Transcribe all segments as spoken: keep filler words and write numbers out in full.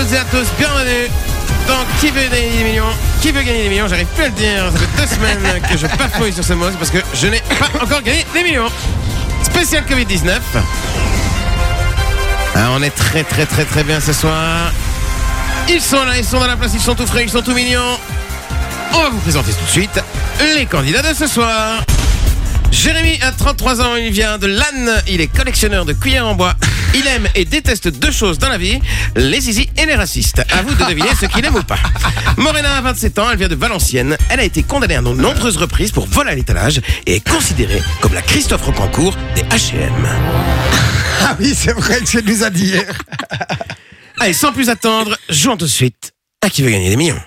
toutes et à tous, bienvenue dans Qui veut gagner des millions. Qui veut gagner des millions, j'arrive plus à le dire. Ça fait deux semaines que je bafouille sur ce mot, c'est parce que je n'ai pas encore gagné des millions. Spécial covid dix-neuf. Ah, on est très très très très bien ce soir. Ils sont là, ils sont dans la place, ils sont tout frais, ils sont tout mignons. On va vous présenter tout de suite les candidats de ce soir. Jérémy a trente-trois ans, il vient de Lannes, il est collectionneur de cuillères en bois. Il aime et déteste deux choses dans la vie, les zizi et les racistes. À vous de deviner ce qu'il aime ou pas. Morena a vingt-sept ans, elle vient de Valenciennes. Elle a été condamnée à de nombreuses reprises pour vol à l'étalage et est considérée comme la Christophe Rocancourt des H et M. Ah oui, c'est vrai que tu nous as dit hier. Allez, sans plus attendre, jouons tout de suite à Qui veut gagner des millions.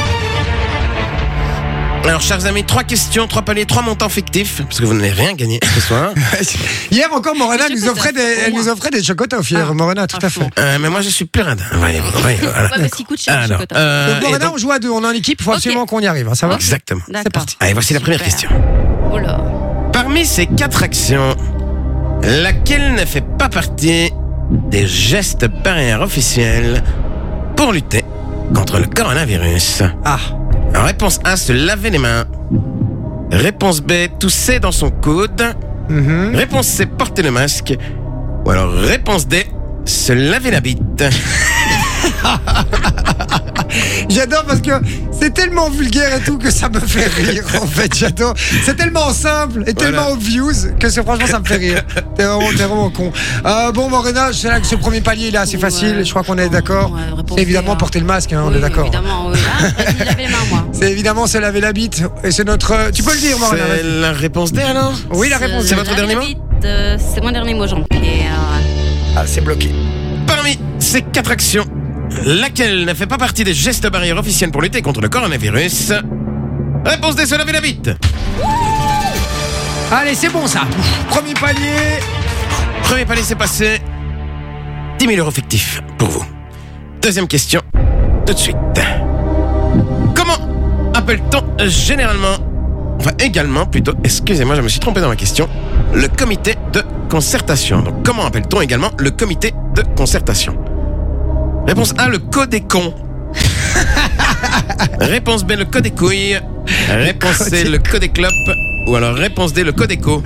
Alors, chers amis, trois questions, trois paliers, trois montants fictifs, parce que vous n'avez rien gagné ce soir. Hier encore, Morena Des nous offrait des, elle nous offrait des chocotoffs hier. Ah. Morena, tout à fait. Euh, mais moi, je suis plus radin. Voyez, voyez, voilà. Ouais, parce qu'il coûte cher, le Alors, chocolat. euh, Donc et Morena, donc- on joue à deux, on est en équipe, il faut Ok. absolument qu'on y arrive, hein, ça va? Exactement. D'accord. C'est parti. Allez, voici la première Super. question. Oh là. Parmi ces quatre actions, laquelle ne fait pas partie des gestes barrières officiels pour lutter contre le coronavirus? Ah, Alors, réponse A, se laver les mains. Réponse B, tousser dans son coude. mhm. Réponse C, porter le masque. Ou alors réponse D, se laver la bite. J'adore parce que c'est tellement vulgaire et tout que ça me fait rire, en fait, j'adore. C'est tellement simple et tellement Voilà. obvious que c'est, franchement, ça me fait rire. T'es vraiment, t'es vraiment con. Euh, bon, Morena, c'est là que ce premier palier, il est assez Ouais. facile, je crois qu'on est d'accord. Ouais, réponse C'est évidemment D, porter le masque, hein, on Oui, est d'accord. Évidemment, oui. Ah, vas-y, lavez les mains, moi. C'est évidemment se laver la bite et c'est notre... Tu peux le dire, Morena, C'est vas-y. la réponse D alors? Oui, la réponse. C'est votre dernier mot? euh, C'est mon dernier mot, Jean-Pierre. Ah, c'est bloqué. Parmi ces quatre actions, laquelle ne fait pas partie des gestes barrières officiels pour lutter contre le coronavirus? Réponse D, se laver la bite. Allez, c'est bon, ça. Premier palier. Premier palier, c'est passé. dix mille euros fictifs pour vous. Deuxième question, tout de suite. Comment appelle-t-on généralement, enfin également plutôt, excusez-moi, je me suis trompé dans ma question, le comité de concertation. Donc, comment appelle-t-on également le comité de concertation? Réponse A, le code des cons. Réponse B, le code des couilles. Réponse C, le code des clopes. Ou alors réponse D, le code éco.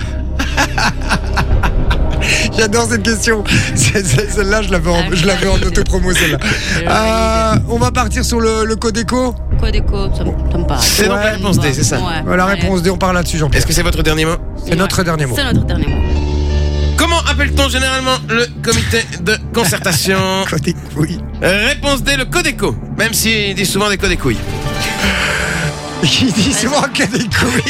J'adore cette question. C'est- c'est- Celle-là, je l'avais en, je l'avais en autopromo, celle-là. Euh, on va partir sur le, le code éco. Quoi d'écho, ça me ça me parle. C'est donc la réponse D, c'est ça? Ouais. La Allez. réponse D, on parle là-dessus, Jean-Pierre. Est-ce que c'est votre dernier mot? C'est notre dernier mot. C'est notre dernier mot. Comment appelle-t-on généralement le comité de concertation? Côté couilles. Réponse D, le Codeco. Même s'il dit souvent des couilles. Il dit souvent que des couilles.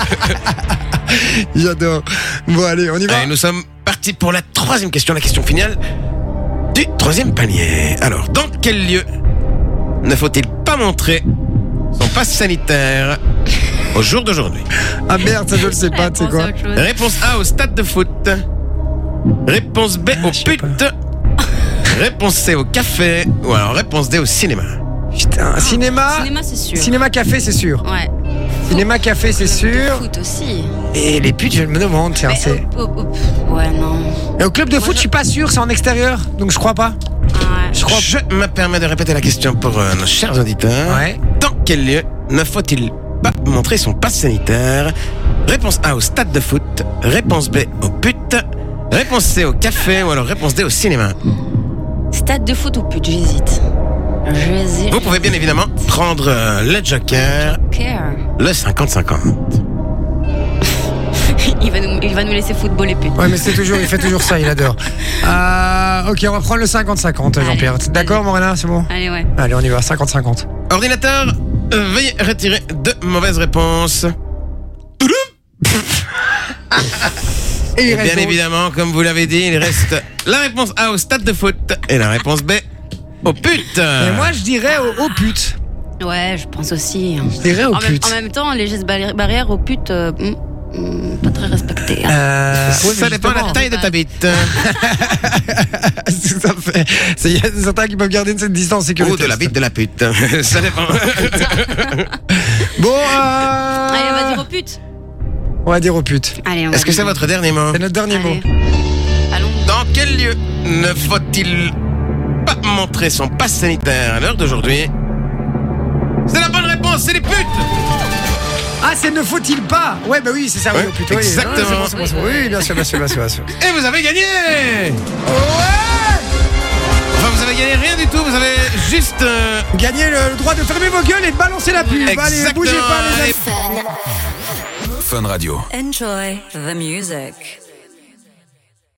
J'adore. Bon, allez, on y va. Allez, nous sommes partis pour la troisième question, la question finale du troisième palier. Alors, dans quel lieu ne faut-il pas montrer son passe sanitaire au jour d'aujourd'hui? Ah merde, ça je le sais pas, tu sais Réponse quoi. à autre chose. Réponse A, au stade de foot. Réponse B, au je sais pute. Réponse C, au café. Ou alors réponse D, au cinéma. Putain, cinéma. Cinéma, c'est sûr. Cinéma café, c'est sûr. Ouais. Cinéma café, c'est Club de sûr. foot aussi. Et les putes, je me demande, tiens, Mais, c'est. oh, oh, oh, ouais, non. Et au club de Moi, foot, je- je suis pas sûr, c'est en extérieur, donc je crois pas. Ouais. Je crois. Je me permets de répéter la question pour euh, nos chers auditeurs. Ouais. Dans quel lieu ne faut-il pas montrer son passe sanitaire? Réponse A, au stade de foot. Réponse B, au pute. Réponse C, au café. Ou alors réponse D, au cinéma. Stade de foot ou pute, j'hésite. J'hésite. Vous pouvez bien évidemment prendre euh, le joker, Care. le cinquante cinquante. il, va nous, il va nous laisser football et pute. Ouais, mais c'est toujours, il fait toujours ça, il adore. Euh, ok, on va prendre le cinquante cinquante, Allez, Jean-Pierre. D'accord, allez. Morena, c'est bon? Allez, ouais. Allez, on y va, cinquante cinquante. Ordinateur, euh, veuillez retirer deux mauvaises réponses. Et il Et reste bien donc- évidemment, comme vous l'avez dit, il reste la réponse A, au stade de foot. Et la réponse B, au pute. Et moi, je dirais au, au pute. Ouais, je pense aussi. Je dirais au En même, pute. en même temps, les gestes barri- barrières aux putes, euh, hmm, hmm, pas très respectés. hein. Euh, oui, Ça mais dépend de la justement. taille de ta bite. Tout à fait. C'est- Il y a certains qui peuvent garder cette distance Ou sécurité. de la bite de la pute. Ça dépend. Bon, euh... Allez, on va dire aux putes. On va dire au pute. Allez, on va Est-ce que dire- c'est votre dernier mot? C'est notre dernier Allez. mot. Allons. Dans quel lieu ne faut-il pas montrer son pass sanitaire à l'heure d'aujourd'hui? C'est la bonne réponse, c'est les putes. Ah, c'est ne faut-il pas? Ouais, bah oui, c'est ça, Ouais, oui, plutôt. exactement. Oui, non, c'est bon, c'est bon, c'est bon. Oui, bien sûr, bien sûr, bien sûr, bien sûr. Et vous avez gagné. Ouais! Enfin, vous avez gagné rien du tout, vous avez juste... Euh... Gagnez le droit de fermer vos gueules et de balancer la pub. Exactement. Allez, bougez pas, les amis. Fun Radio. Enjoy the music.